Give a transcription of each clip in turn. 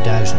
1000.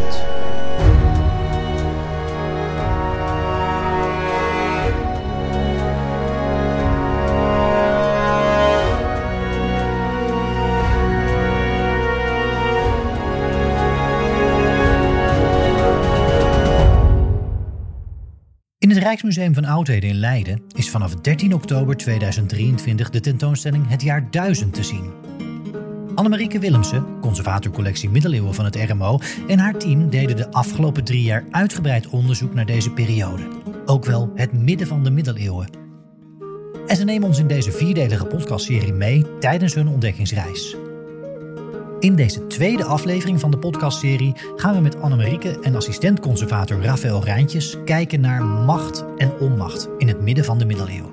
In het Rijksmuseum van Oudheden in Leiden is vanaf 13 oktober 2023 de tentoonstelling Het jaar 1000 te zien. Annemarieke Willemsen, conservator collectie middeleeuwen van het RMO, en haar team deden de afgelopen 3 jaar uitgebreid onderzoek naar deze periode. Ook wel het midden van de middeleeuwen. En ze nemen ons in deze 4-delige podcastserie mee tijdens hun ontdekkingsreis. In deze tweede aflevering van de podcastserie gaan we met Annemarieke en assistent-conservator Raphaël Rijntjes kijken naar macht en onmacht in het midden van de middeleeuwen.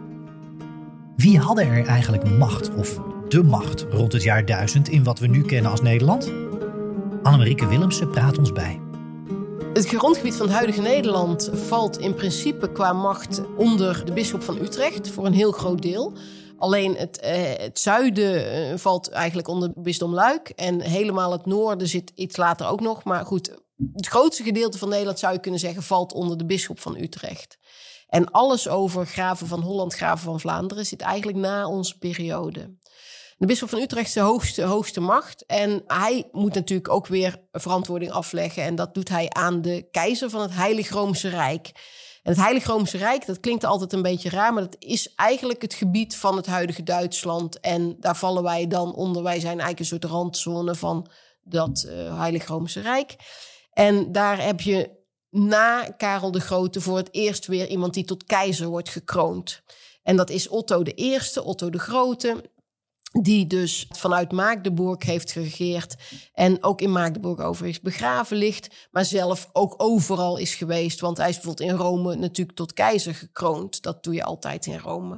Wie hadden er eigenlijk macht of de macht rond het jaar 1000 in wat we nu kennen als Nederland? Annemarieke Willemsen praat ons bij. Het grondgebied van het huidige Nederland valt in principe qua macht onder de bisschop van Utrecht voor een heel groot deel. Alleen het zuiden valt eigenlijk onder bisdom Luik en helemaal het noorden zit iets later ook nog. Maar goed, het grootste gedeelte van Nederland zou je kunnen zeggen valt onder de bisschop van Utrecht. En alles over graven van Holland, graven van Vlaanderen zit eigenlijk na onze periode. De bisschop van Utrecht is de hoogste macht. En hij moet natuurlijk ook weer verantwoording afleggen. En dat doet hij aan de keizer van het Heilig Roomse Rijk. En het Heilig Roomse Rijk, dat klinkt altijd een beetje raar, maar dat is eigenlijk het gebied van het huidige Duitsland. En daar vallen wij dan onder. Wij zijn eigenlijk een soort randzone van dat Heilig Roomse Rijk. En daar heb je na Karel de Grote voor het eerst weer iemand die tot keizer wordt gekroond. En dat is Otto I, Otto de Grote, die dus vanuit Magdeburg heeft geregeerd en ook in Magdeburg overigens begraven ligt, maar zelf ook overal is geweest. Want hij is bijvoorbeeld in Rome natuurlijk tot keizer gekroond. Dat doe je altijd in Rome.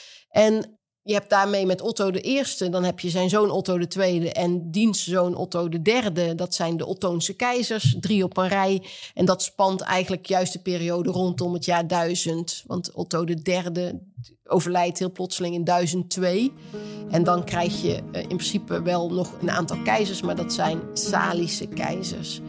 En je hebt daarmee met Otto I, dan heb je zijn zoon Otto II en diens zoon Otto III. Dat zijn de Ottoonse keizers, 3 op een rij. En dat spant eigenlijk juist de periode rondom het jaar 1000. Want Otto III overlijdt heel plotseling in 1002. En dan krijg je in principe wel nog een aantal keizers, maar dat zijn Salische keizers.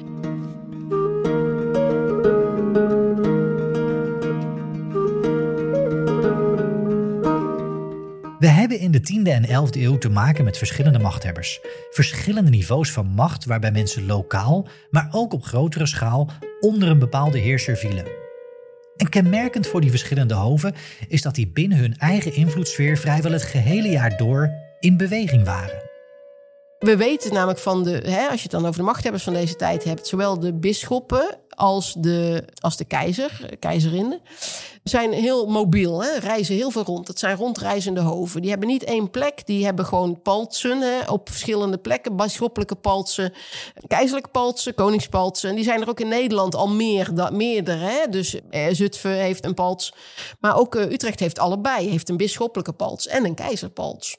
We hebben in de 10e en 11e eeuw te maken met verschillende machthebbers. Verschillende niveaus van macht waarbij mensen lokaal, maar ook op grotere schaal onder een bepaalde heerser vielen. En kenmerkend voor die verschillende hoven is dat die binnen hun eigen invloedssfeer vrijwel het gehele jaar door in beweging waren. We weten namelijk als je het dan over de machthebbers van deze tijd hebt, zowel de bisschoppen als de keizerinnen, zijn heel mobiel, reizen heel veel rond. Dat zijn rondreizende hoven. Die hebben niet één plek, die hebben gewoon paltsen op verschillende plekken. Bisschoppelijke paltsen, keizerlijke paltsen, koningspaltsen. En die zijn er ook in Nederland al meerdere. Dus Zutphen heeft een palts. Maar ook Utrecht heeft allebei. Heeft een bisschoppelijke palts en een keizerpalts.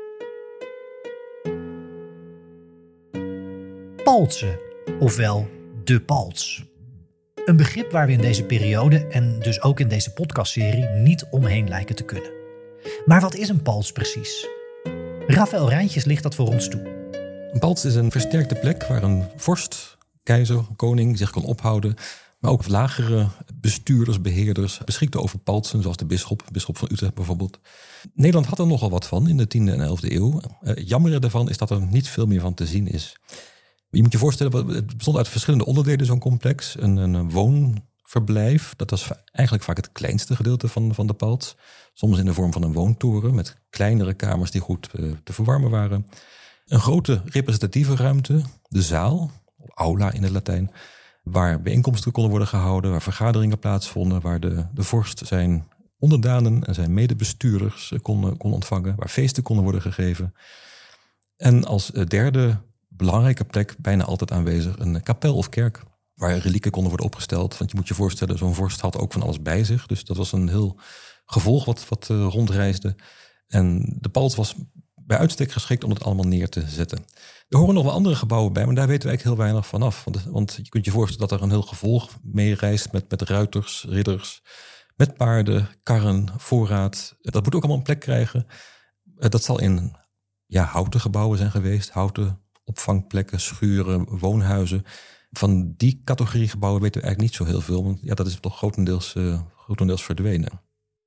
Paltsen, ofwel de palts. Een begrip waar we in deze periode en dus ook in deze podcastserie niet omheen lijken te kunnen. Maar wat is een palts precies? Raphaël Rijntjes licht dat voor ons toe. Een palts is een versterkte plek waar een vorst, keizer, koning zich kan ophouden. Maar ook lagere bestuurders, beheerders beschikten over paltsen, zoals de bisschop van Utrecht bijvoorbeeld. Nederland had er nogal wat van in de 10e en 11e eeuw. Jammer daarvan is dat er niet veel meer van te zien is. Je moet je voorstellen, het bestond uit verschillende onderdelen, zo'n complex. Een woonverblijf, dat was eigenlijk vaak het kleinste gedeelte van de palts. Soms in de vorm van een woontoren met kleinere kamers die goed te verwarmen waren. Een grote representatieve ruimte, de zaal, aula in het Latijn, waar bijeenkomsten konden worden gehouden, waar vergaderingen plaatsvonden, waar de vorst zijn onderdanen en zijn medebestuurders kon ontvangen, waar feesten konden worden gegeven. En als derde belangrijke plek, bijna altijd aanwezig, een kapel of kerk, waar relieken konden worden opgesteld. Want je moet je voorstellen, zo'n vorst had ook van alles bij zich. Dus dat was een heel gevolg wat rondreisde. En de palts was bij uitstek geschikt om het allemaal neer te zetten. Er horen nog wel andere gebouwen bij, maar daar weten we eigenlijk heel weinig vanaf. Want je kunt je voorstellen dat er een heel gevolg mee reist met ruiters, ridders, met paarden, karren, voorraad. Dat moet ook allemaal een plek krijgen. Dat zal in houten gebouwen zijn geweest, houten opvangplekken, schuren, woonhuizen. Van die categorie gebouwen weten we eigenlijk niet zo heel veel. Want dat is toch grotendeels verdwenen.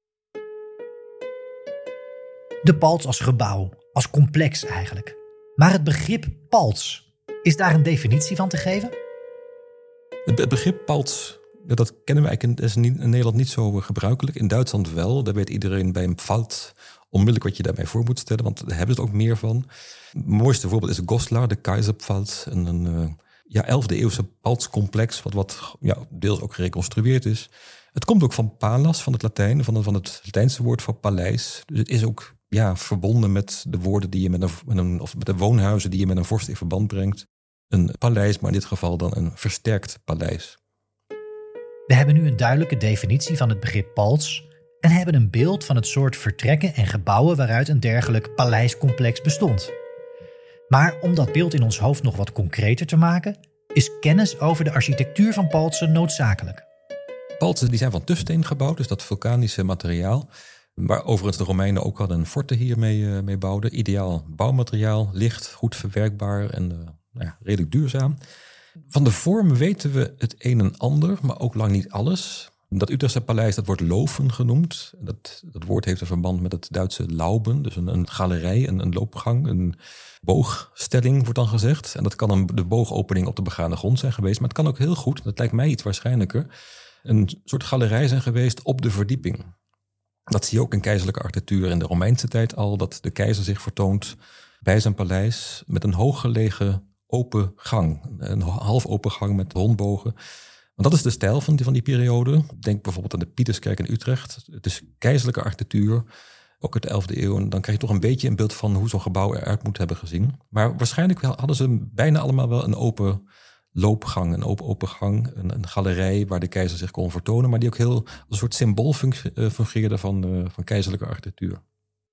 De palts als gebouw, als complex eigenlijk. Maar het begrip palts, is daar een definitie van te geven? Het begrip palts, dat kennen we eigenlijk is in Nederland niet zo gebruikelijk. In Duitsland wel, daar weet iedereen bij een pfalt onmiddellijk wat je daarbij voor moet stellen. Want daar hebben ze het ook meer van. Het mooiste voorbeeld is Goslar, de Kaiserpfalz. Een 11e eeuwse paltscomplex, wat deels ook gereconstrueerd is. Het komt ook van palas, van het Latijn, van het Latijnse woord voor paleis. Dus het is ook verbonden met de woorden die je met de woonhuizen die je met een vorst in verband brengt. Een paleis, maar in dit geval dan een versterkt paleis. We hebben nu een duidelijke definitie van het begrip palts en hebben een beeld van het soort vertrekken en gebouwen waaruit een dergelijk paleiscomplex bestond. Maar om dat beeld in ons hoofd nog wat concreter te maken, is kennis over de architectuur van paltsen noodzakelijk. Paltsen die zijn van tufsteen gebouwd, dus dat vulkanische materiaal. Waar overigens de Romeinen ook al een forte hiermee bouwden. Ideaal bouwmateriaal, licht, goed verwerkbaar en redelijk duurzaam. Van de vorm weten we het een en ander, maar ook lang niet alles. Dat Utrechtse paleis, dat wordt Loven genoemd. Dat woord heeft een verband met het Duitse Lauben, dus een galerij, een loopgang, een boogstelling wordt dan gezegd. En dat kan de boogopening op de begane grond zijn geweest, maar het kan ook heel goed, dat lijkt mij iets waarschijnlijker, een soort galerij zijn geweest op de verdieping. Dat zie je ook in keizerlijke architectuur in de Romeinse tijd al, dat de keizer zich vertoont bij zijn paleis met een hooggelegen open gang. Een half open gang met rondbogen. Want dat is de stijl van die periode. Denk bijvoorbeeld aan de Pieterskerk in Utrecht. Het is keizerlijke architectuur, ook uit de 11e eeuw. En dan krijg je toch een beetje een beeld van hoe zo'n gebouw eruit moet hebben gezien. Maar waarschijnlijk hadden ze bijna allemaal wel een open loopgang, een open gang, een galerij waar de keizer zich kon vertonen, maar die ook heel als een soort symbool fungeerde van keizerlijke architectuur.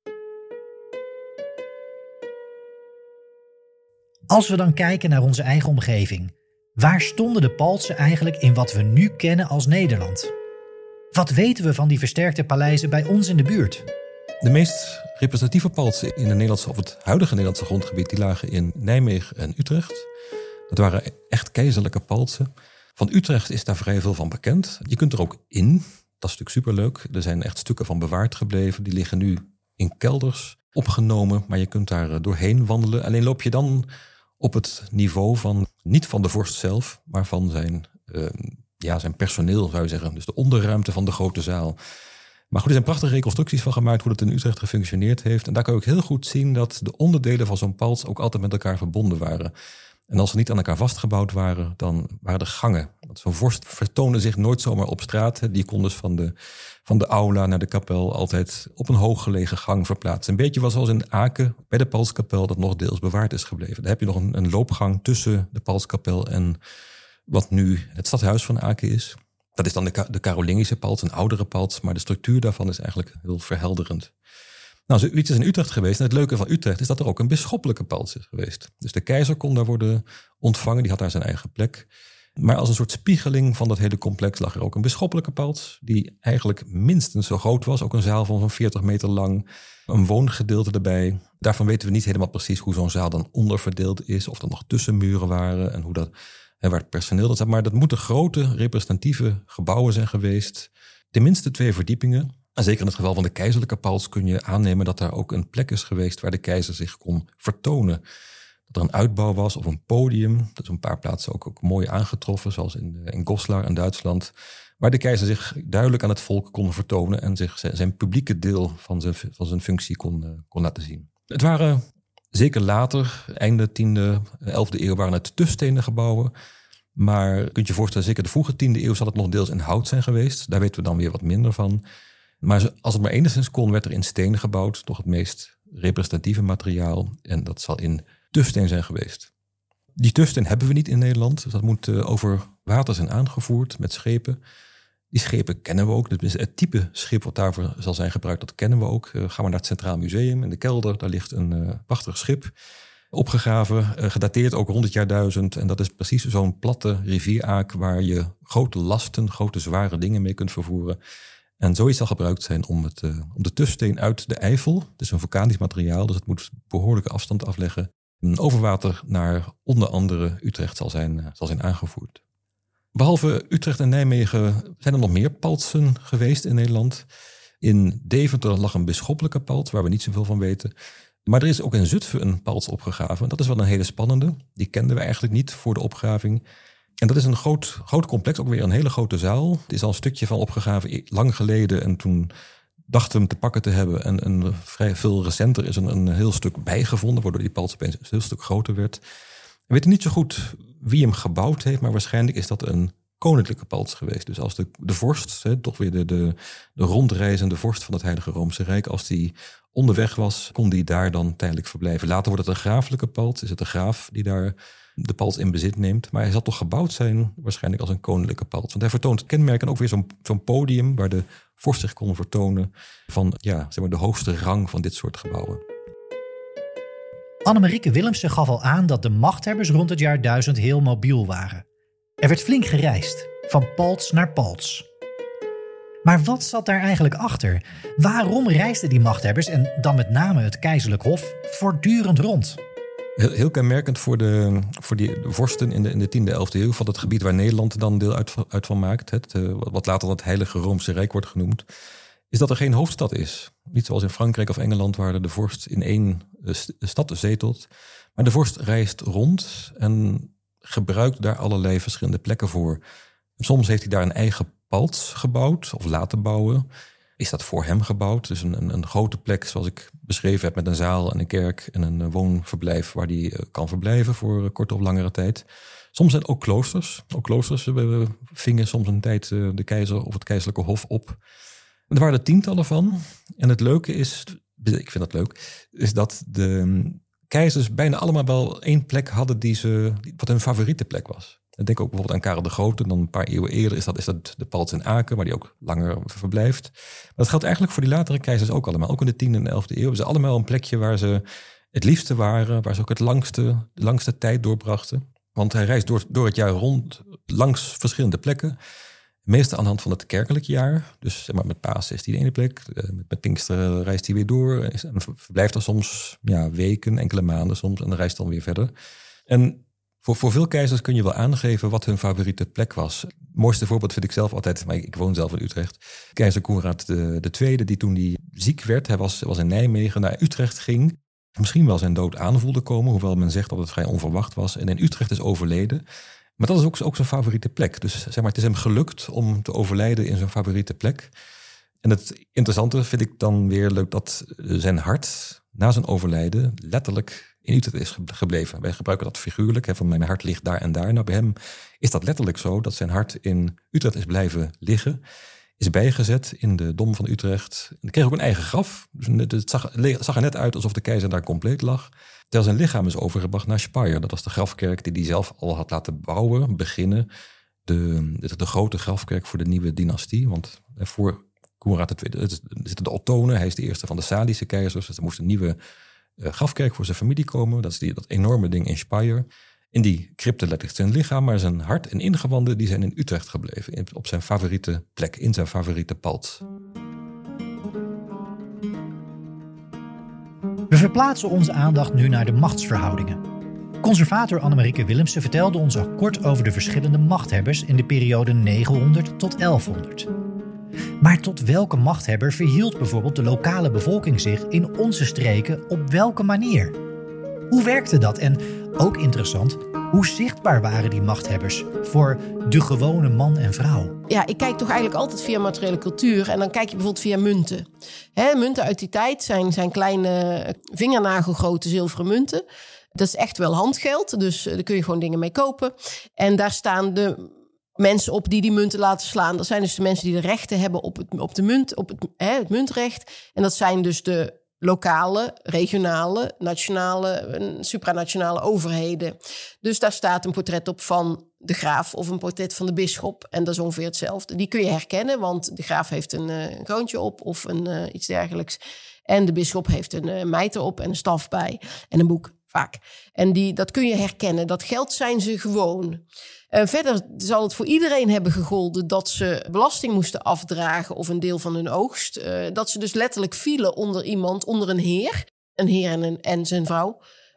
Als we dan kijken naar onze eigen omgeving, waar stonden de paltsen eigenlijk in wat we nu kennen als Nederland? Wat weten we van die versterkte paleizen bij ons in de buurt? De meest representatieve paltsen in de Nederlandse, of het huidige Nederlandse grondgebied, die lagen in Nijmegen en Utrecht. Dat waren echt keizerlijke paltsen. Van Utrecht is daar vrij veel van bekend. Je kunt er ook in. Dat is natuurlijk superleuk. Er zijn echt stukken van bewaard gebleven. Die liggen nu in kelders opgenomen. Maar je kunt daar doorheen wandelen. Alleen loop je dan op het niveau van, niet van de vorst zelf, maar van zijn personeel, zou je zeggen. Dus de onderruimte van de grote zaal. Maar goed, er zijn prachtige reconstructies van gemaakt hoe dat in Utrecht gefunctioneerd heeft. En daar kan je ook heel goed zien dat de onderdelen van zo'n palts ook altijd met elkaar verbonden waren. En als ze niet aan elkaar vastgebouwd waren, dan waren er gangen. Want zo'n vorst vertoonde zich nooit zomaar op straat. Die kon dus van de aula naar de kapel altijd op een hooggelegen gang verplaatsen. Een beetje zoals in Aken bij de Paltskapel dat nog deels bewaard is gebleven. Daar heb je nog een loopgang tussen de Paltskapel en wat nu het stadhuis van Aken is. Dat is dan de Karolingische palts, een oudere palts, maar de structuur daarvan is eigenlijk heel verhelderend. Nou, zoiets is in Utrecht geweest. En het leuke van Utrecht is dat er ook een bisschoppelijke palts is geweest. Dus de keizer kon daar worden ontvangen. Die had daar zijn eigen plek. Maar als een soort spiegeling van dat hele complex lag er ook een bisschoppelijke palts. Die eigenlijk minstens zo groot was. Ook een zaal van zo'n 40 meter lang. Een woongedeelte erbij. Daarvan weten we niet helemaal precies hoe zo'n zaal dan onderverdeeld is. Of er nog tussenmuren waren. En hoe dat, waar het personeel dat zat. Maar dat moeten grote representatieve gebouwen zijn geweest. Tenminste 2 verdiepingen. En zeker in het geval van de keizerlijke palts kun je aannemen dat daar ook een plek is geweest waar de keizer zich kon vertonen. Dat er een uitbouw was of een podium. Dat is op een paar plaatsen ook mooi aangetroffen, zoals in Goslar in Duitsland. Waar de keizer zich duidelijk aan het volk kon vertonen en zich zijn publieke deel van zijn functie kon laten zien. Het waren zeker later, einde 10e, 11e eeuw, waren het tufstenen gebouwen. Maar je kunt je voorstellen, zeker de vroege 10e eeuw zal het nog deels in hout zijn geweest. Daar weten we dan weer wat minder van. Maar als het maar enigszins kon, werd er in steen gebouwd. Toch het meest representatieve materiaal. En dat zal in tufsteen zijn geweest. Die tufsteen hebben we niet in Nederland. Dus dat moet over water zijn aangevoerd met schepen. Die schepen kennen we ook. Dus het type schip wat daarvoor zal zijn gebruikt, dat kennen we ook. Gaan we naar het Centraal Museum in de kelder. Daar ligt een prachtig schip opgegraven. Gedateerd ook rond het jaar 1000. En dat is precies zo'n platte rivieraak waar je grote lasten, grote zware dingen mee kunt vervoeren. En zoiets zal gebruikt zijn om de tufsteen uit de Eifel. Het is een vulkanisch materiaal, dus het moet behoorlijke afstand afleggen. over water naar onder andere Utrecht zal zijn aangevoerd. Behalve Utrecht en Nijmegen zijn er nog meer paltsen geweest in Nederland. In Deventer lag een bisschoppelijke palt, waar we niet zoveel van weten. Maar er is ook in Zutphen een palts opgegraven. Dat is wel een hele spannende. Die kenden we eigenlijk niet voor de opgraving. En dat is een groot complex, ook weer een hele grote zaal. Er is al een stukje van opgegraven lang geleden. En toen dachten we hem te pakken te hebben. En een vrij veel recenter is een heel stuk bijgevonden, waardoor die palts opeens een heel stuk groter werd. We weten niet zo goed wie hem gebouwd heeft, maar waarschijnlijk is dat een koninklijke palts geweest. Dus als de vorst, toch weer de rondreizende vorst van het Heilige Roomse Rijk, als die onderweg was, kon die daar dan tijdelijk verblijven. Later wordt het een graaflijke palts, is het de graaf die daar de palts in bezit neemt. Maar hij zal toch gebouwd zijn waarschijnlijk als een koninklijke palts. Want hij vertoont het kenmerk en ook weer zo'n podium waar de vorst zich kon vertonen van de hoogste rang van dit soort gebouwen. Annemarieke Willemsen gaf al aan dat de machthebbers rond het jaar 1000 heel mobiel waren. Er werd flink gereisd, van palts naar palts. Maar wat zat daar eigenlijk achter? Waarom reisden die machthebbers, en dan met name het keizerlijk hof, voortdurend rond? Heel kenmerkend voor die vorsten in de 10e, 11e eeuw van het gebied waar Nederland dan deel uit van maakt, wat later het Heilige Roomse Rijk wordt genoemd, is dat er geen hoofdstad is. Niet zoals in Frankrijk of Engeland, waar de vorst in één stad zetelt. Maar de vorst reist rond en gebruikt daar allerlei verschillende plekken voor. Soms heeft hij daar een eigen palts gebouwd of laten bouwen. Is dat voor hem gebouwd? Dus een grote plek, zoals ik beschreven heb, met een zaal en een kerk en een woonverblijf waar hij kan verblijven voor korte of langere tijd. Soms zijn ook kloosters. Ook kloosters vingen soms een tijd de keizer of het keizerlijke hof op. Er waren er tientallen van. En het leuke is, ik vind dat leuk, is dat de keizers bijna allemaal wel één plek hadden wat hun favoriete plek was. Ik denk ook bijvoorbeeld aan Karel de Grote. Dan een paar eeuwen eerder is dat de palts in Aken, waar die ook langer verblijft. Maar dat geldt eigenlijk voor die latere keizers ook allemaal. Ook in de 10e en 11e eeuw. Ze zijn allemaal een plekje waar ze het liefste waren, waar ze ook de langste tijd doorbrachten. Want hij reist door het jaar rond langs verschillende plekken. Meestal aan de hand van het kerkelijk jaar. Dus zeg maar, met Pasen is hij de ene plek. Met Pinksteren reist hij weer door. En verblijft er soms weken, enkele maanden soms. En dan reist dan weer verder. En voor veel keizers kun je wel aangeven wat hun favoriete plek was. Het mooiste voorbeeld vind ik zelf altijd, maar ik woon zelf in Utrecht. Keizer Conrad II, die toen hij ziek werd, hij was in Nijmegen, naar Utrecht ging. Misschien wel zijn dood aan voelde komen, hoewel men zegt dat het vrij onverwacht was. En in Utrecht is overleden. Maar dat is ook zijn favoriete plek. Dus zeg maar, het is hem gelukt om te overlijden in zijn favoriete plek. En het interessante vind ik dan weer leuk dat zijn hart na zijn overlijden letterlijk in Utrecht is gebleven. Wij gebruiken dat figuurlijk, van mijn hart ligt daar en daar. Nou, bij hem is dat letterlijk zo dat zijn hart in Utrecht is blijven liggen. Is bijgezet in de Dom van Utrecht. En kreeg ook een eigen graf. Dus het zag er net uit alsof de keizer daar compleet lag. Terwijl zijn lichaam is overgebracht naar Speyer. Dat was de grafkerk die hij zelf al had laten beginnen. De grote grafkerk voor de nieuwe dynastie. Want voor Conrad II zitten de Ottonen. Hij is de eerste van de Salische keizers. Dus er moest een nieuwe grafkerk voor zijn familie komen. Dat is dat enorme ding in Speyer. In die crypte ligt zijn lichaam, maar zijn hart en ingewanden die zijn in Utrecht gebleven. Op zijn favoriete plek, in zijn favoriete palts. We verplaatsen onze aandacht nu naar de machtsverhoudingen. Conservator Annemarieke Willemsen vertelde ons al kort over de verschillende machthebbers in de periode 900 tot 1100. Maar tot welke machthebber verhield bijvoorbeeld de lokale bevolking zich in onze streken op welke manier? Hoe werkte dat? En ook interessant, hoe zichtbaar waren die machthebbers voor de gewone man en vrouw? Ja, ik kijk toch eigenlijk altijd via materiële cultuur. En dan kijk je bijvoorbeeld via munten. Munten uit die tijd zijn kleine vingernagelgrote zilveren munten. Dat is echt wel handgeld, dus daar kun je gewoon dingen mee kopen. En daar staan de mensen op die munten laten slaan. Dat zijn dus de mensen die de rechten hebben op de munt, op het muntrecht. En dat zijn dus de lokale, regionale, nationale en supranationale overheden. Dus daar staat een portret op van de graaf of een portret van de bisschop. En dat is ongeveer hetzelfde. Die kun je herkennen, want de graaf heeft een kroontje op of iets dergelijks. En de bisschop heeft een mijter op en een staf bij. En een boek, vaak. En dat kun je herkennen. Dat geld zijn ze gewoon. Verder zal het voor iedereen hebben gegolden dat ze belasting moesten afdragen of een deel van hun oogst. Dat ze dus letterlijk vielen onder iemand, onder een heer en en zijn vrouw.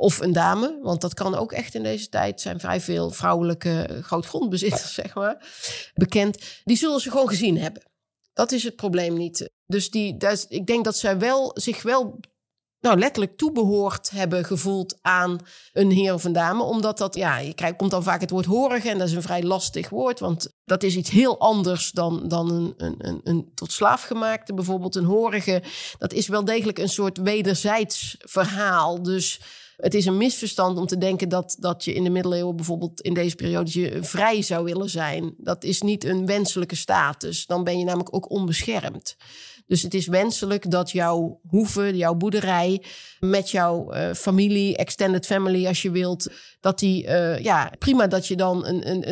Of een dame, want dat kan ook echt in deze tijd. Er zijn vrij veel vrouwelijke grootgrondbezitters, zeg maar, bekend. Die zullen ze gewoon gezien hebben. Dat is het probleem niet. Dus ik denk dat zij zich wel letterlijk toebehoord hebben gevoeld aan een heer of een dame. Omdat dat, komt dan vaak het woord horige en dat is een vrij lastig woord. Want dat is iets heel anders dan een tot slaaf gemaakte. Bijvoorbeeld een horige, dat is wel degelijk een soort wederzijds verhaal. Dus het is een misverstand om te denken dat je in de middeleeuwen bijvoorbeeld in deze periode je vrij zou willen zijn. Dat is niet een wenselijke status. Dan ben je namelijk ook onbeschermd. Dus het is wenselijk dat jouw hoeve, jouw boerderij met jouw familie, extended family als je wilt, dat die, prima dat je dan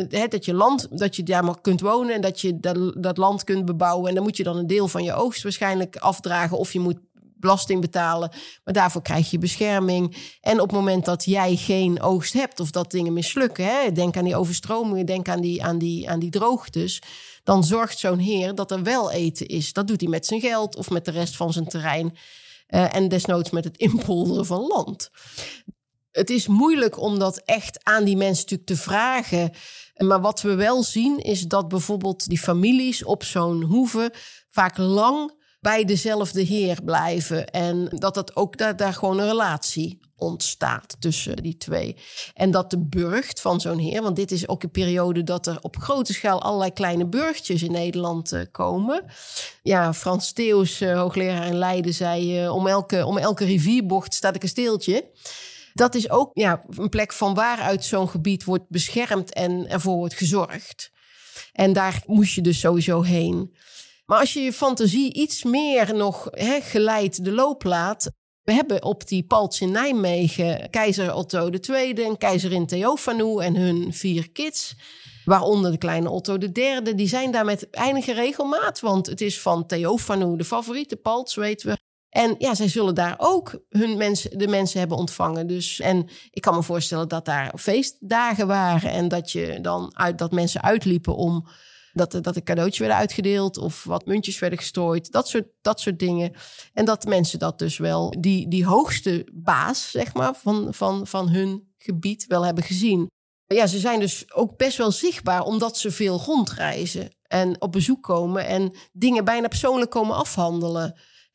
dat je daar maar kunt wonen en dat je dat land kunt bebouwen. En dan moet je dan een deel van je oogst waarschijnlijk afdragen of je moet belasting betalen, maar daarvoor krijg je bescherming. En op het moment dat jij geen oogst hebt of dat dingen mislukken, denk aan die overstromingen, denk aan die droogtes, dan zorgt zo'n heer dat er wel eten is. Dat doet hij met zijn geld of met de rest van zijn terrein. En desnoods met het inpolderen van land. Het is moeilijk om dat echt aan die mensen natuurlijk te vragen. Maar wat we wel zien is dat bijvoorbeeld die families op zo'n hoeve vaak lang bij dezelfde heer blijven. En dat ook daar gewoon een relatie ontstaat tussen die twee. En dat de burcht van zo'n heer, want dit is ook een periode dat er op grote schaal allerlei kleine burchtjes in Nederland komen. Ja, Frans Theeuws, hoogleraar in Leiden, zei om elke rivierbocht staat een kasteeltje. Dat is ook een plek van waaruit zo'n gebied wordt beschermd en ervoor wordt gezorgd. En daar moest je dus sowieso heen. Maar als je je fantasie iets meer nog geleid de loop laat. We hebben op die palts in Nijmegen keizer Otto II en keizerin Theophanu en hun 4 kids. Waaronder de kleine Otto III. Die zijn daar met enige regelmaat. Want het is van Theophanu de favoriete palts, weten we. En zij zullen daar ook de mensen hebben ontvangen. Dus, en ik kan me voorstellen dat daar feestdagen waren. En dat mensen uitliepen om dat er cadeautjes werden uitgedeeld of wat muntjes werden gestrooid. Dat soort dingen. En dat mensen dat dus wel, die hoogste baas, zeg maar, van hun gebied wel hebben gezien. Ja, ze zijn dus ook best wel zichtbaar omdat ze veel rondreizen en op bezoek komen en dingen bijna persoonlijk komen afhandelen.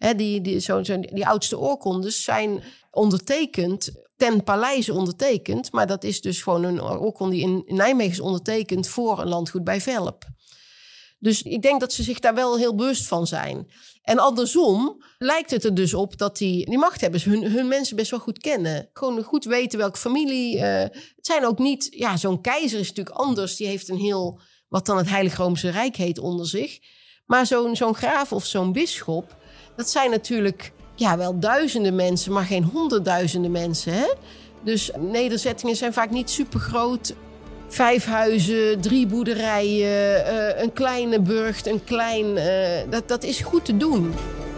Die oudste oorkondes zijn ondertekend, ten paleize ondertekend, maar dat is dus gewoon een oorkonde die in Nijmegen is ondertekend voor een landgoed bij Velp. Dus ik denk dat ze zich daar wel heel bewust van zijn. En andersom lijkt het er dus op dat die machthebbers hun mensen best wel goed kennen. Gewoon goed weten welke familie. Het zijn ook niet, zo'n keizer is natuurlijk anders. Die heeft een heel, wat dan het Heilig Roomse Rijk heet, onder zich. Maar zo'n graaf of zo'n bisschop, dat zijn natuurlijk wel duizenden mensen, maar geen honderdduizenden mensen. Hè? Dus nederzettingen zijn vaak niet supergroot. 5 huizen, 3 boerderijen, een kleine burcht, dat is goed te doen.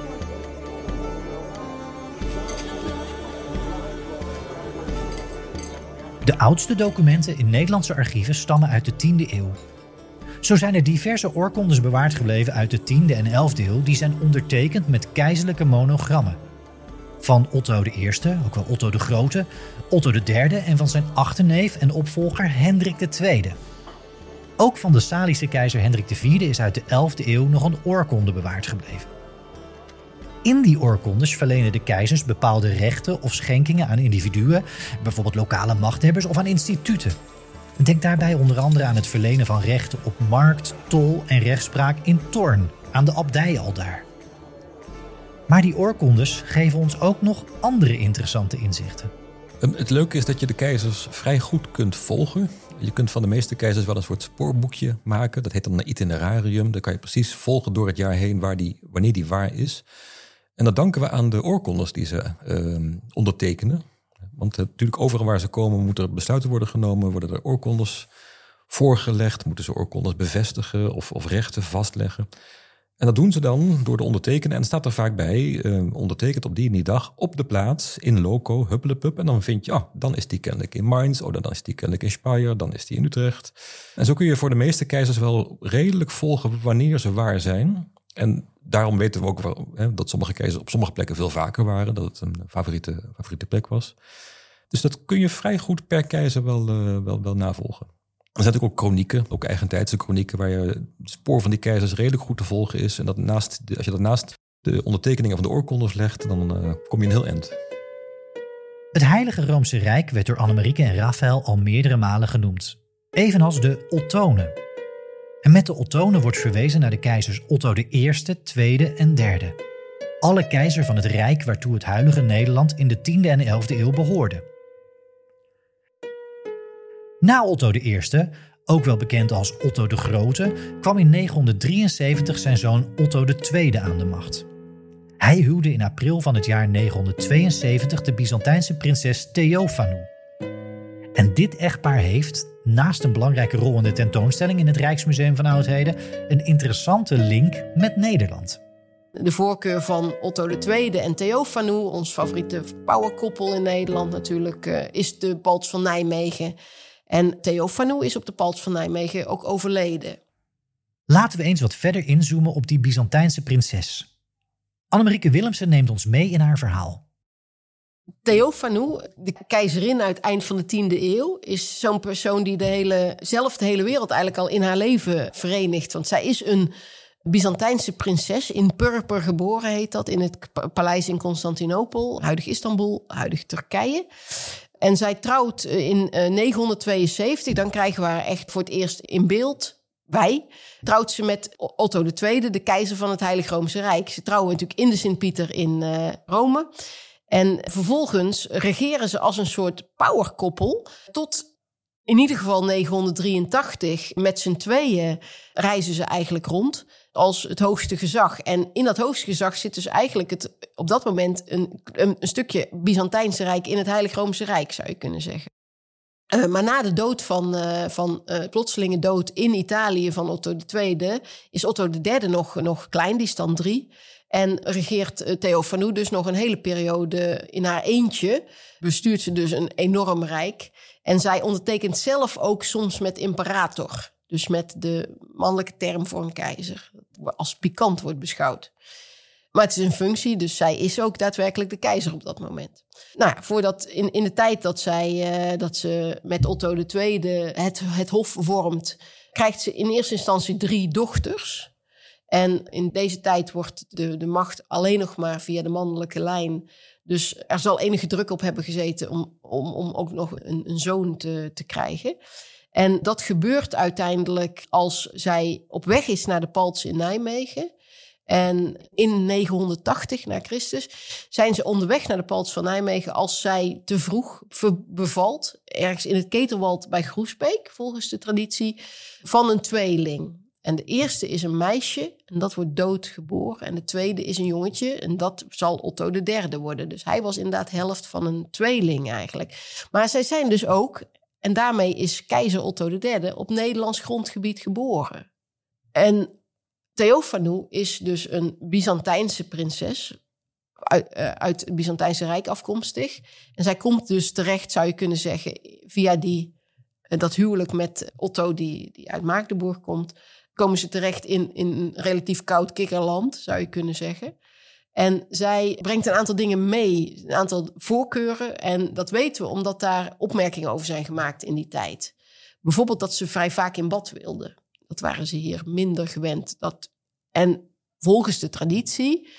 De oudste documenten in Nederlandse archieven stammen uit de 10e eeuw. Zo zijn er diverse oorkondes bewaard gebleven uit de 10e en 11e eeuw die zijn ondertekend met keizerlijke monogrammen. Van Otto I, ook wel Otto de Grote, Otto III en van zijn achterneef en opvolger Hendrik II. Ook van de Salische keizer Hendrik IV is uit de 11e eeuw nog een oorkonde bewaard gebleven. In die oorkondes verlenen de keizers bepaalde rechten of schenkingen aan individuen, bijvoorbeeld lokale machthebbers of aan instituten. Denk daarbij onder andere aan het verlenen van rechten op markt, tol en rechtspraak in Thorn, aan de abdij aldaar. Maar die oorkondes geven ons ook nog andere interessante inzichten. Het leuke is dat je de keizers vrij goed kunt volgen. Je kunt van de meeste keizers wel een soort spoorboekje maken. Dat heet dan een itinerarium. Dan kan je precies volgen door het jaar heen wanneer die waar is. En dat danken we aan de oorkondes die ze ondertekenen. Want natuurlijk overal waar ze komen moeten er besluiten worden genomen. Worden er oorkondes voorgelegd. Moeten ze oorkondes bevestigen of rechten vastleggen. En dat doen ze dan door te ondertekenen. En staat er vaak bij, ondertekend op die en die dag, op de plaats, in loco, huppelepup. En dan vind je, dan is die kennelijk in Mainz. Dan is die kennelijk in Speyer. Dan is die in Utrecht. En zo kun je voor de meeste keizers wel redelijk volgen wanneer ze waar zijn. En daarom weten we ook wel, dat sommige keizers op sommige plekken veel vaker waren. Dat het een favoriete plek was. Dus dat kun je vrij goed per keizer wel navolgen. Er zijn natuurlijk ook kronieken, ook eigentijdse kronieken, waar je het spoor van die keizers redelijk goed te volgen is. En dat als je dat naast de ondertekeningen van de oorkondes legt, dan kom je een heel eind. Het Heilige Roomse Rijk werd door Annemarieke en Raphaël al meerdere malen genoemd. Evenals de Ottonen. En met de Ottonen wordt verwezen naar de keizers Otto I, II en III. Alle keizer van het Rijk waartoe het huidige Nederland in de 10e en 11e eeuw behoorde. Na Otto I, ook wel bekend als Otto de Grote, kwam in 973 zijn zoon Otto II aan de macht. Hij huwde in april van het jaar 972 de Byzantijnse prinses Theofanou. En dit echtpaar heeft, naast een belangrijke rol in de tentoonstelling in het Rijksmuseum van Oudheden, een interessante link met Nederland. De voorkeur van Otto II en Theofanou, ons favoriete powerkoppel in Nederland natuurlijk, is de Palts van Nijmegen. En Theofanou is op de Palts van Nijmegen ook overleden. Laten we eens wat verder inzoomen op die Byzantijnse prinses. Annemarieke Willemsen neemt ons mee in haar verhaal. Theofanou, de keizerin uit het eind van de 10e eeuw, is zo'n persoon die de hele wereld eigenlijk al in haar leven verenigt. Want zij is een Byzantijnse prinses, in purper geboren heet dat, in het paleis in Constantinopel, huidig Istanbul, huidig Turkije. En zij trouwt in 972, dan krijgen we haar echt voor het eerst in beeld. Trouwt ze met Otto II, de keizer van het Heilige Roomse Rijk. Ze trouwen natuurlijk in de Sint-Pieter in Rome. En vervolgens regeren ze als een soort powerkoppel tot in ieder geval 983. Met z'n tweeën reizen ze eigenlijk rond als het hoogste gezag. En in dat hoogste gezag zit dus eigenlijk op dat moment een stukje Byzantijnse Rijk in het Heilige Roomse Rijk, zou je kunnen zeggen. Maar na de dood van plotselinge dood in Italië van Otto II is Otto III nog klein, die is dan 3. En regeert Theofanou dus nog een hele periode in haar eentje. Bestuurt ze dus een enorm rijk. En zij ondertekent zelf ook soms met imperator. Dus met de mannelijke term voor een keizer. Als pikant wordt beschouwd. Maar het is een functie, dus zij is ook daadwerkelijk de keizer op dat moment. Nou ja, voordat in de tijd dat ze met Otto II het hof vormt, krijgt ze in eerste instantie 3 dochters. En in deze tijd wordt de macht alleen nog maar via de mannelijke lijn. Dus er zal enige druk op hebben gezeten om ook nog een zoon te krijgen. En dat gebeurt uiteindelijk als zij op weg is naar de Palts in Nijmegen. En in 980 na Christus zijn ze onderweg naar de Palts van Nijmegen als zij te vroeg bevalt, ergens in het Ketelwald bij Groesbeek, volgens de traditie, van een tweeling. En de eerste is een meisje en dat wordt doodgeboren. En de tweede is een jongetje en dat zal Otto III worden. Dus hij was inderdaad helft van een tweeling eigenlijk. Maar zij zijn dus ook, en daarmee is keizer Otto III op Nederlands grondgebied geboren. En Theofanou is dus een Byzantijnse prinses, uit het Byzantijnse Rijk afkomstig. En zij komt dus terecht, zou je kunnen zeggen, via dat huwelijk met Otto die uit Maagdenburg komt, komen ze terecht in een relatief koud kikkerland, zou je kunnen zeggen. En zij brengt een aantal dingen mee, een aantal voorkeuren. En dat weten we omdat daar opmerkingen over zijn gemaakt in die tijd. Bijvoorbeeld dat ze vrij vaak in bad wilden. Dat waren ze hier minder gewend. En volgens de traditie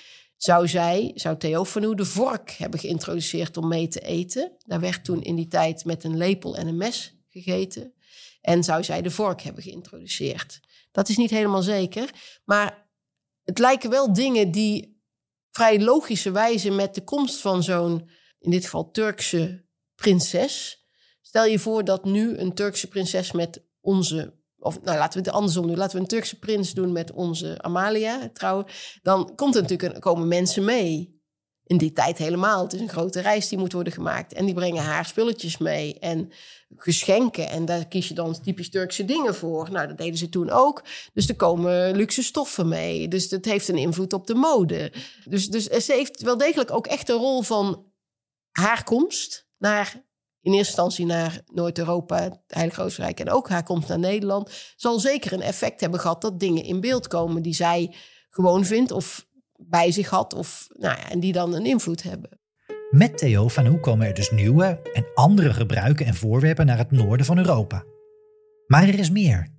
zou Theofanou de vork hebben geïntroduceerd om mee te eten. Daar werd toen in die tijd met een lepel en een mes gegeten. En zou zij de vork hebben geïntroduceerd. Dat is niet helemaal zeker. Maar het lijken wel dingen die vrij logische wijze met de komst van zo'n, in dit geval Turkse prinses. Stel je voor dat nu een Turkse prinses met onze, of nou laten we het andersom doen, laten we een Turkse prins doen met onze Amalia trouwen. Dan komen mensen mee. In die tijd helemaal. Het is een grote reis die moet worden gemaakt. En die brengen haar spulletjes mee en geschenken. En daar kies je dan typisch Turkse dingen voor. Nou, dat deden ze toen ook. Dus er komen luxe stoffen mee. Dus dat heeft een invloed op de mode. Dus ze heeft wel degelijk ook echt een rol van haar komst in eerste instantie naar Noord-Europa, het Heilige Roomse Rijk, en ook haar komst naar Nederland, zal zeker een effect hebben gehad dat dingen in beeld komen die zij gewoon vindt of bij zich had, en die dan een invloed hebben. Met Theophanu komen er dus nieuwe en andere gebruiken en voorwerpen naar het noorden van Europa. Maar er is meer.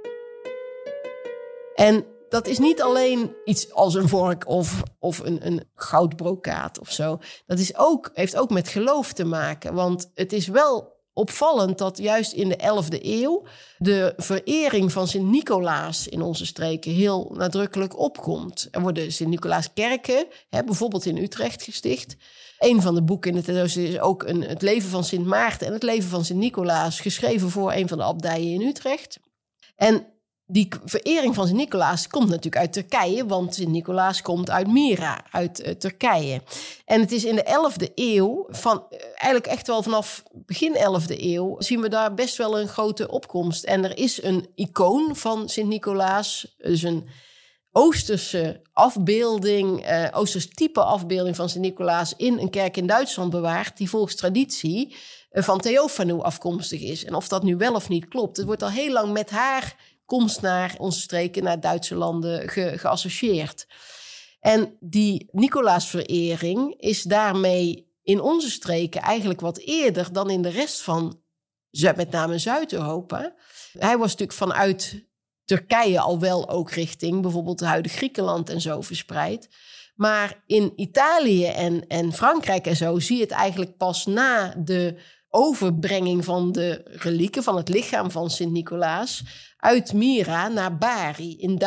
En dat is niet alleen iets als een vork of een goudbrokaat of zo. Dat heeft ook met geloof te maken. Want het is wel opvallend dat juist in de 11e eeuw de verering van Sint-Nicolaas in onze streken heel nadrukkelijk opkomt. Er worden Sint-Nicolaaskerken, bijvoorbeeld in Utrecht, gesticht. Een van de boeken in de tentoonstelling is ook het leven van Sint Maarten en het leven van Sint-Nicolaas, geschreven voor een van de abdijen in Utrecht. En die verering van Sint-Nicolaas komt natuurlijk uit Turkije, want Sint-Nicolaas komt uit Myra, uit Turkije. En het is in de 11e eeuw, eigenlijk echt wel vanaf begin 11e eeuw, zien we daar best wel een grote opkomst. En er is een icoon van Sint-Nicolaas, dus een Oosterse afbeelding, Oosters type afbeelding van Sint-Nicolaas in een kerk in Duitsland bewaard, die volgens traditie van Theophanu afkomstig is. En of dat nu wel of niet klopt, het wordt al heel lang met haar komst naar onze streken, naar Duitse landen, geassocieerd. En die Nicolaasverering is daarmee in onze streken eigenlijk wat eerder dan in de rest van met name Zuid-Europa. Hij was natuurlijk vanuit Turkije al wel ook richting bijvoorbeeld het huidige Griekenland en zo verspreid. Maar in Italië en Frankrijk en zo zie je het eigenlijk pas na de overbrenging van de relieken, van het lichaam van Sint-Nicolaas, uit Myra naar Bari in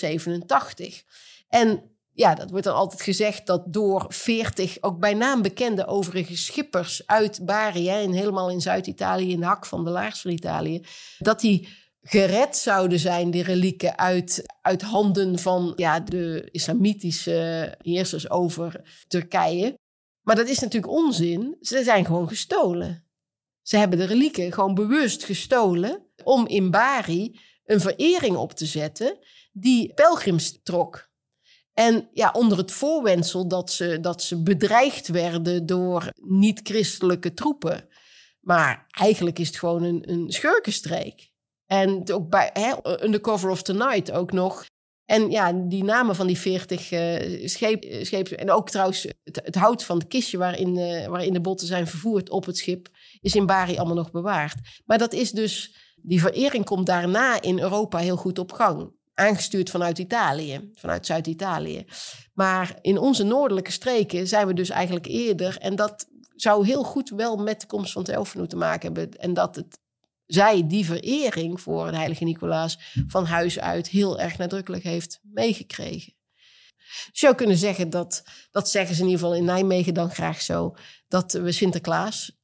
1087. En ja, dat wordt dan altijd gezegd dat door 40 ook bij naam bekende overige schippers uit Bari, helemaal in Zuid-Italië, in de hak van de laars van Italië, dat die gered zouden zijn, die relieken, uit handen van de islamitische heersers over Turkije. Maar dat is natuurlijk onzin. Ze zijn gewoon gestolen. Ze hebben de relieken gewoon bewust gestolen om in Bari een verering op te zetten die pelgrims trok. En onder het voorwendsel dat ze bedreigd werden door niet-christelijke troepen. Maar eigenlijk is het gewoon een schurkenstreek. En ook bij Undercover of the Night ook nog. En die namen van die 40 schepen. En ook trouwens het hout van het kistje waarin de botten zijn vervoerd op het schip is in Bari allemaal nog bewaard. Maar dat is dus, die verering komt daarna in Europa heel goed op gang. Aangestuurd vanuit Italië, vanuit Zuid-Italië. Maar in onze noordelijke streken zijn we dus eigenlijk eerder. En dat zou heel goed wel met de komst van Theophanu te maken hebben. En dat zij die verering voor de heilige Nicolaas van huis uit heel erg nadrukkelijk heeft meegekregen. Je zou kunnen zeggen dat zeggen ze in ieder geval in Nijmegen dan graag zo, dat we Sinterklaas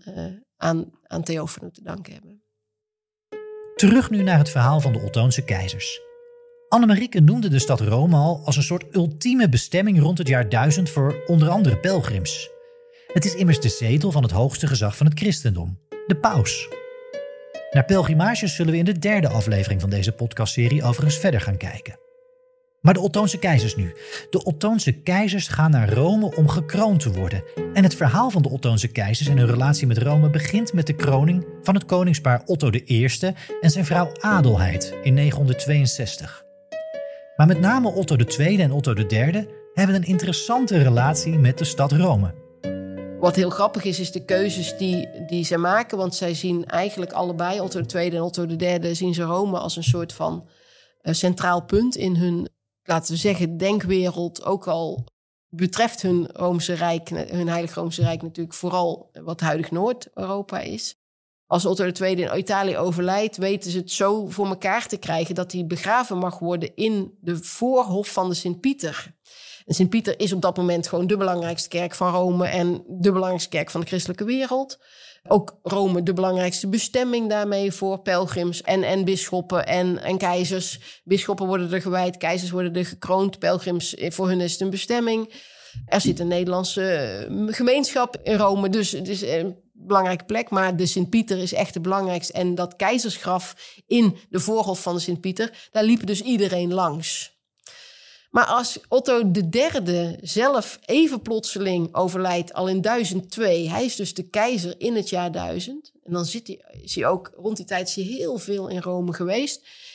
aan Theophanu te danken hebben. Terug nu naar het verhaal van de Ottoonse keizers. Annemarieke noemde de stad Rome al als een soort ultieme bestemming rond het jaar 1000 voor onder andere pelgrims. Het is immers de zetel van het hoogste gezag van het christendom, de paus. Naar pelgrimages zullen we in de 3e aflevering van deze podcastserie overigens verder gaan kijken. Maar de Ottoonse keizers nu. De Ottoonse keizers gaan naar Rome om gekroond te worden. En het verhaal van de Ottoonse keizers en hun relatie met Rome begint met de kroning van het koningspaar Otto I en zijn vrouw Adelheid in 962. Maar met name Otto II en Otto III hebben een interessante relatie met de stad Rome. Wat heel grappig is de keuzes die zij maken. Want zij zien eigenlijk allebei, Otto II en Otto III, zien ze Rome als een soort van centraal punt in hun, laten we zeggen, denkwereld. Ook al betreft hun Roomse Rijk, hun Heilig Roomse Rijk natuurlijk vooral wat huidig Noord-Europa is. Als Otto II in Italië overlijdt, weten ze het zo voor elkaar te krijgen dat hij begraven mag worden in de voorhof van de Sint-Pieter. En Sint-Pieter is op dat moment gewoon de belangrijkste kerk van Rome en de belangrijkste kerk van de christelijke wereld. Ook Rome de belangrijkste bestemming daarmee voor pelgrims en bisschoppen en keizers. Bisschoppen worden er gewijd, keizers worden er gekroond, pelgrims, voor hun is het een bestemming. Er zit een Nederlandse gemeenschap in Rome, dus het is een belangrijke plek. Maar de Sint-Pieter is echt de belangrijkste. En dat keizersgraf in de voorhof van de Sint-Pieter, daar liep dus iedereen langs. Maar als Otto III zelf even plotseling overlijdt, al in 1002... hij is dus de keizer in het jaar 1000... en dan is hij ook rond die tijd heel veel in Rome geweest.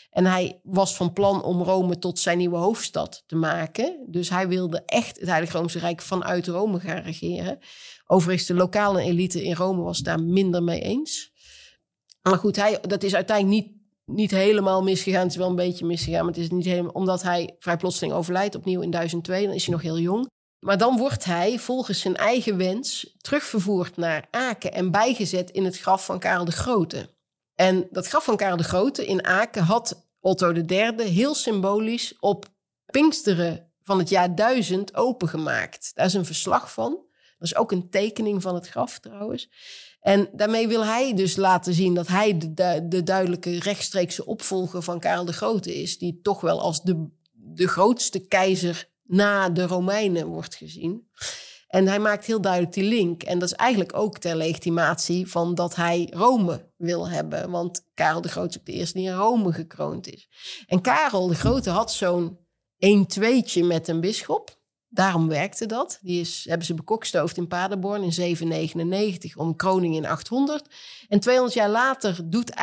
En hij was van plan om Rome tot zijn nieuwe hoofdstad te maken. Dus hij wilde echt het Heilige Roomse Rijk vanuit Rome gaan regeren. Overigens, de lokale elite in Rome was daar minder mee eens. Maar goed, dat is uiteindelijk niet helemaal misgegaan. Het is wel een beetje misgegaan, maar het is niet helemaal... Omdat hij vrij plotseling overlijdt, opnieuw in 1002. Dan is hij nog heel jong. Maar dan wordt hij volgens zijn eigen wens terugvervoerd naar Aken en bijgezet in het graf van Karel de Grote. En dat graf van Karel de Grote in Aken had Otto III heel symbolisch op Pinksteren van het jaar 1000 opengemaakt. Daar is een verslag van. Dat is ook een tekening van het graf trouwens. En daarmee wil hij dus laten zien dat hij de duidelijke rechtstreekse opvolger van Karel de Grote is. Die toch wel als de grootste keizer na de Romeinen wordt gezien. En hij maakt heel duidelijk die link. En dat is eigenlijk ook ter legitimatie van dat hij Rome wil hebben. Want Karel de Grote is ook de eerste die in Rome gekroond is. En Karel de Grote had zo'n 1-2'tje met een bisschop. Daarom werkte dat. Hebben ze bekokstoofd in Paderborn in 799 om kroning in 800. En 200 jaar later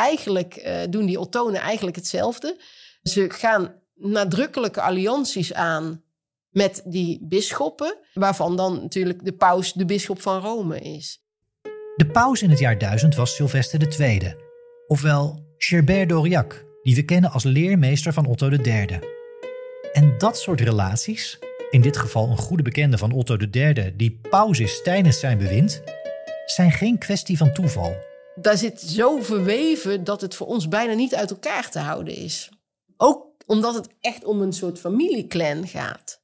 doen die Ottonen eigenlijk hetzelfde. Ze gaan nadrukkelijke allianties aan met die bisschoppen, waarvan dan natuurlijk de paus de bisschop van Rome is. De paus in het jaar 1000 was Sylvester II, ofwel Gerbert d'Aurillac, die we kennen als leermeester van Otto III. En dat soort relaties, in dit geval een goede bekende van Otto III die paus is tijdens zijn bewind, zijn geen kwestie van toeval. Daar zit zo verweven dat het voor ons bijna niet uit elkaar te houden is. Ook omdat het echt om een soort familieclan gaat.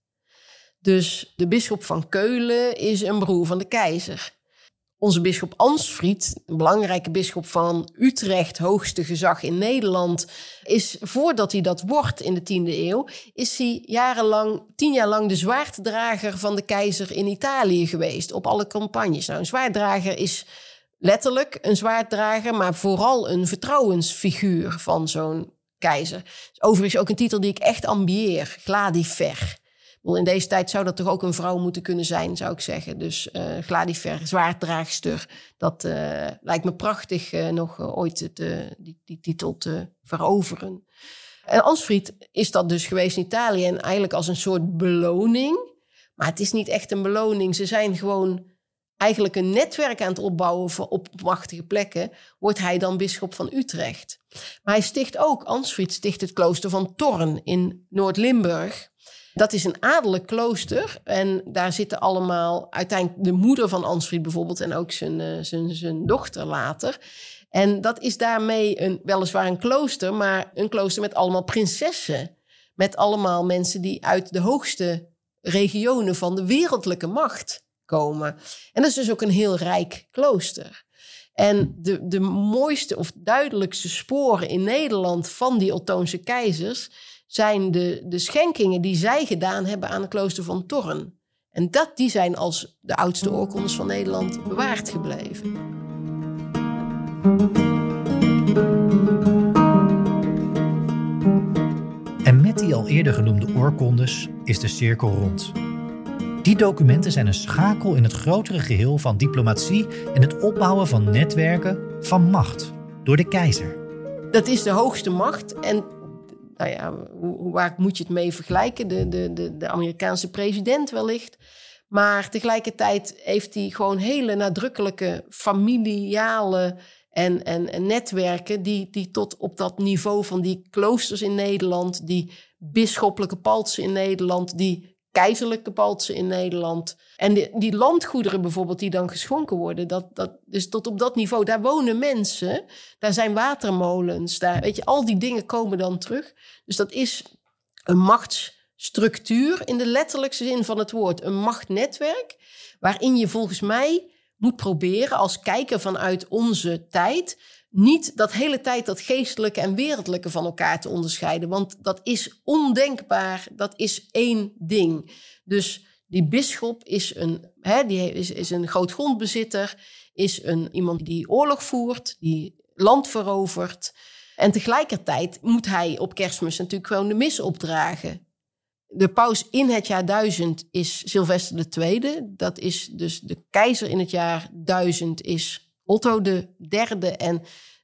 Dus de bisschop van Keulen is een broer van de keizer. Onze bisschop Ansfried, een belangrijke bisschop van Utrecht, hoogste gezag in Nederland, is voordat hij dat wordt in de 10e eeuw, is hij 10 jaar lang de zwaarddrager van de keizer in Italië geweest, op alle campagnes. Nou, een zwaarddrager is letterlijk een zwaarddrager, maar vooral een vertrouwensfiguur van zo'n keizer. Dus overigens ook een titel die ik echt ambieer, gladifer. In deze tijd zou dat toch ook een vrouw moeten kunnen zijn, zou ik zeggen. Dus gladifer, zwaarddraagster, dat lijkt me prachtig nog ooit die titel te veroveren. En Ansfried is dat dus geweest in Italië en eigenlijk als een soort beloning. Maar het is niet echt een beloning. Ze zijn gewoon eigenlijk een netwerk aan het opbouwen op machtige plekken. Wordt hij dan bisschop van Utrecht. Maar Ansfried sticht het klooster van Thorn in Noord-Limburg. Dat is een adellijk klooster en daar zitten allemaal uiteindelijk de moeder van Ansfried bijvoorbeeld en ook zijn dochter later. En dat is daarmee weliswaar een klooster, maar een klooster met allemaal prinsessen. Met allemaal mensen die uit de hoogste regionen van de wereldlijke macht komen. En dat is dus ook een heel rijk klooster. En de mooiste of duidelijkste sporen in Nederland van die Ottoonse keizers zijn de schenkingen die zij gedaan hebben aan het klooster van Thorn. En die zijn als de oudste oorkondes van Nederland bewaard gebleven. En met die al eerder genoemde oorkondes is de cirkel rond. Die documenten zijn een schakel in het grotere geheel van diplomatie en het opbouwen van netwerken van macht door de keizer. Dat is de hoogste macht en nou ja, waar moet je het mee vergelijken? De Amerikaanse president wellicht. Maar tegelijkertijd heeft hij gewoon hele nadrukkelijke familiale en netwerken die tot op dat niveau van die kloosters in Nederland, die bisschoppelijke paltsen in Nederland, die keizerlijke paltsen in Nederland en die landgoederen bijvoorbeeld die dan geschonken worden, dus tot op dat niveau, daar wonen mensen, daar zijn watermolens, daar, weet je, al die dingen komen dan terug. Dus dat is een machtsstructuur in de letterlijkste zin van het woord, een machtnetwerk, waarin je volgens mij moet proberen als kijker vanuit onze tijd niet dat hele tijd dat geestelijke en wereldlijke van elkaar te onderscheiden. Want dat is ondenkbaar, dat is één ding. Dus die bisschop is een groot grondbezitter, is iemand die oorlog voert, die land verovert. En tegelijkertijd moet hij op Kerstmis natuurlijk gewoon de mis opdragen. De paus in het jaar 1000 is Sylvester II. Dat is dus de keizer in het jaar 1000 is Otto III. En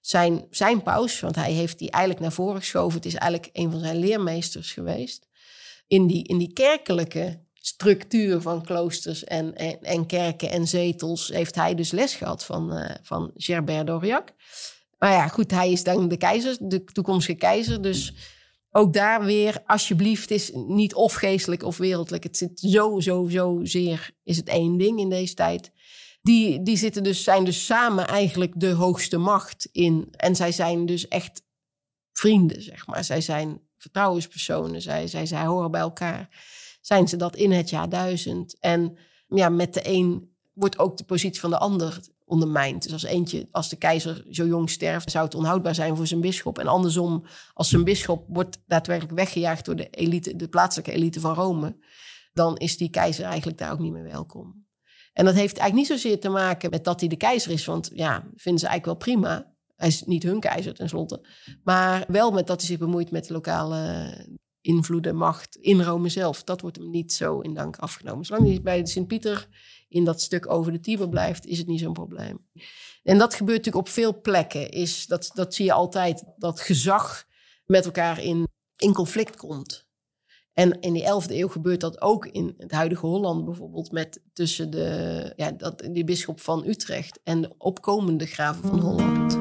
zijn paus, want hij heeft die eigenlijk naar voren geschoven. Het is eigenlijk een van zijn leermeesters geweest. In die kerkelijke structuur van kloosters en kerken en zetels heeft hij dus les gehad van Gerbert d'Aurillac. Maar ja, goed, hij is dan de keizer, de toekomstige keizer. Dus ook daar weer, alsjeblieft, is niet of geestelijk of wereldlijk. Het zit zo zeer, is het één ding in deze tijd. Die zijn dus samen eigenlijk de hoogste macht in. En zij zijn dus echt vrienden, zeg maar. Zij zijn vertrouwenspersonen. Zij horen bij elkaar. Zijn ze dat in het jaar 1000. En ja, met de een wordt ook de positie van de ander ondermijnd. Dus als de keizer zo jong sterft, zou het onhoudbaar zijn voor zijn bisschop. En andersom, als zijn bisschop wordt daadwerkelijk weggejaagd door de elite, de plaatselijke elite van Rome, dan is die keizer eigenlijk daar ook niet meer welkom. En dat heeft eigenlijk niet zozeer te maken met dat hij de keizer is, want ja, vinden ze eigenlijk wel prima. Hij is niet hun keizer tenslotte. Maar wel met dat hij zich bemoeit met lokale invloeden, macht in Rome zelf. Dat wordt hem niet zo in dank afgenomen. Zolang hij bij Sint-Pieter in dat stuk over de Tiber blijft, is het niet zo'n probleem. En dat gebeurt natuurlijk op veel plekken. Dat zie je altijd, dat gezag met elkaar in conflict komt. En in de 11e eeuw gebeurt dat ook in het huidige Holland bijvoorbeeld, tussen die bisschop van Utrecht en de opkomende graven van Holland.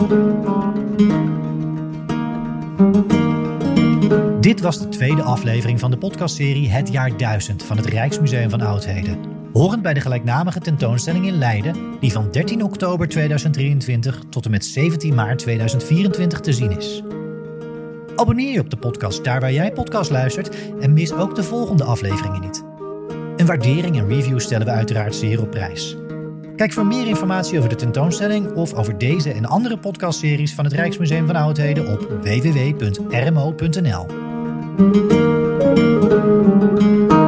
Dit was de tweede aflevering van de podcastserie Het jaar 1000 van het Rijksmuseum van Oudheden. Horend bij de gelijknamige tentoonstelling in Leiden, die van 13 oktober 2023 tot en met 17 maart 2024 te zien is. Abonneer je op de podcast daar waar jij podcast luistert en mis ook de volgende afleveringen niet. Een waardering en review stellen we uiteraard zeer op prijs. Kijk voor meer informatie over de tentoonstelling of over deze en andere podcastseries van het Rijksmuseum van Oudheden op www.rmo.nl.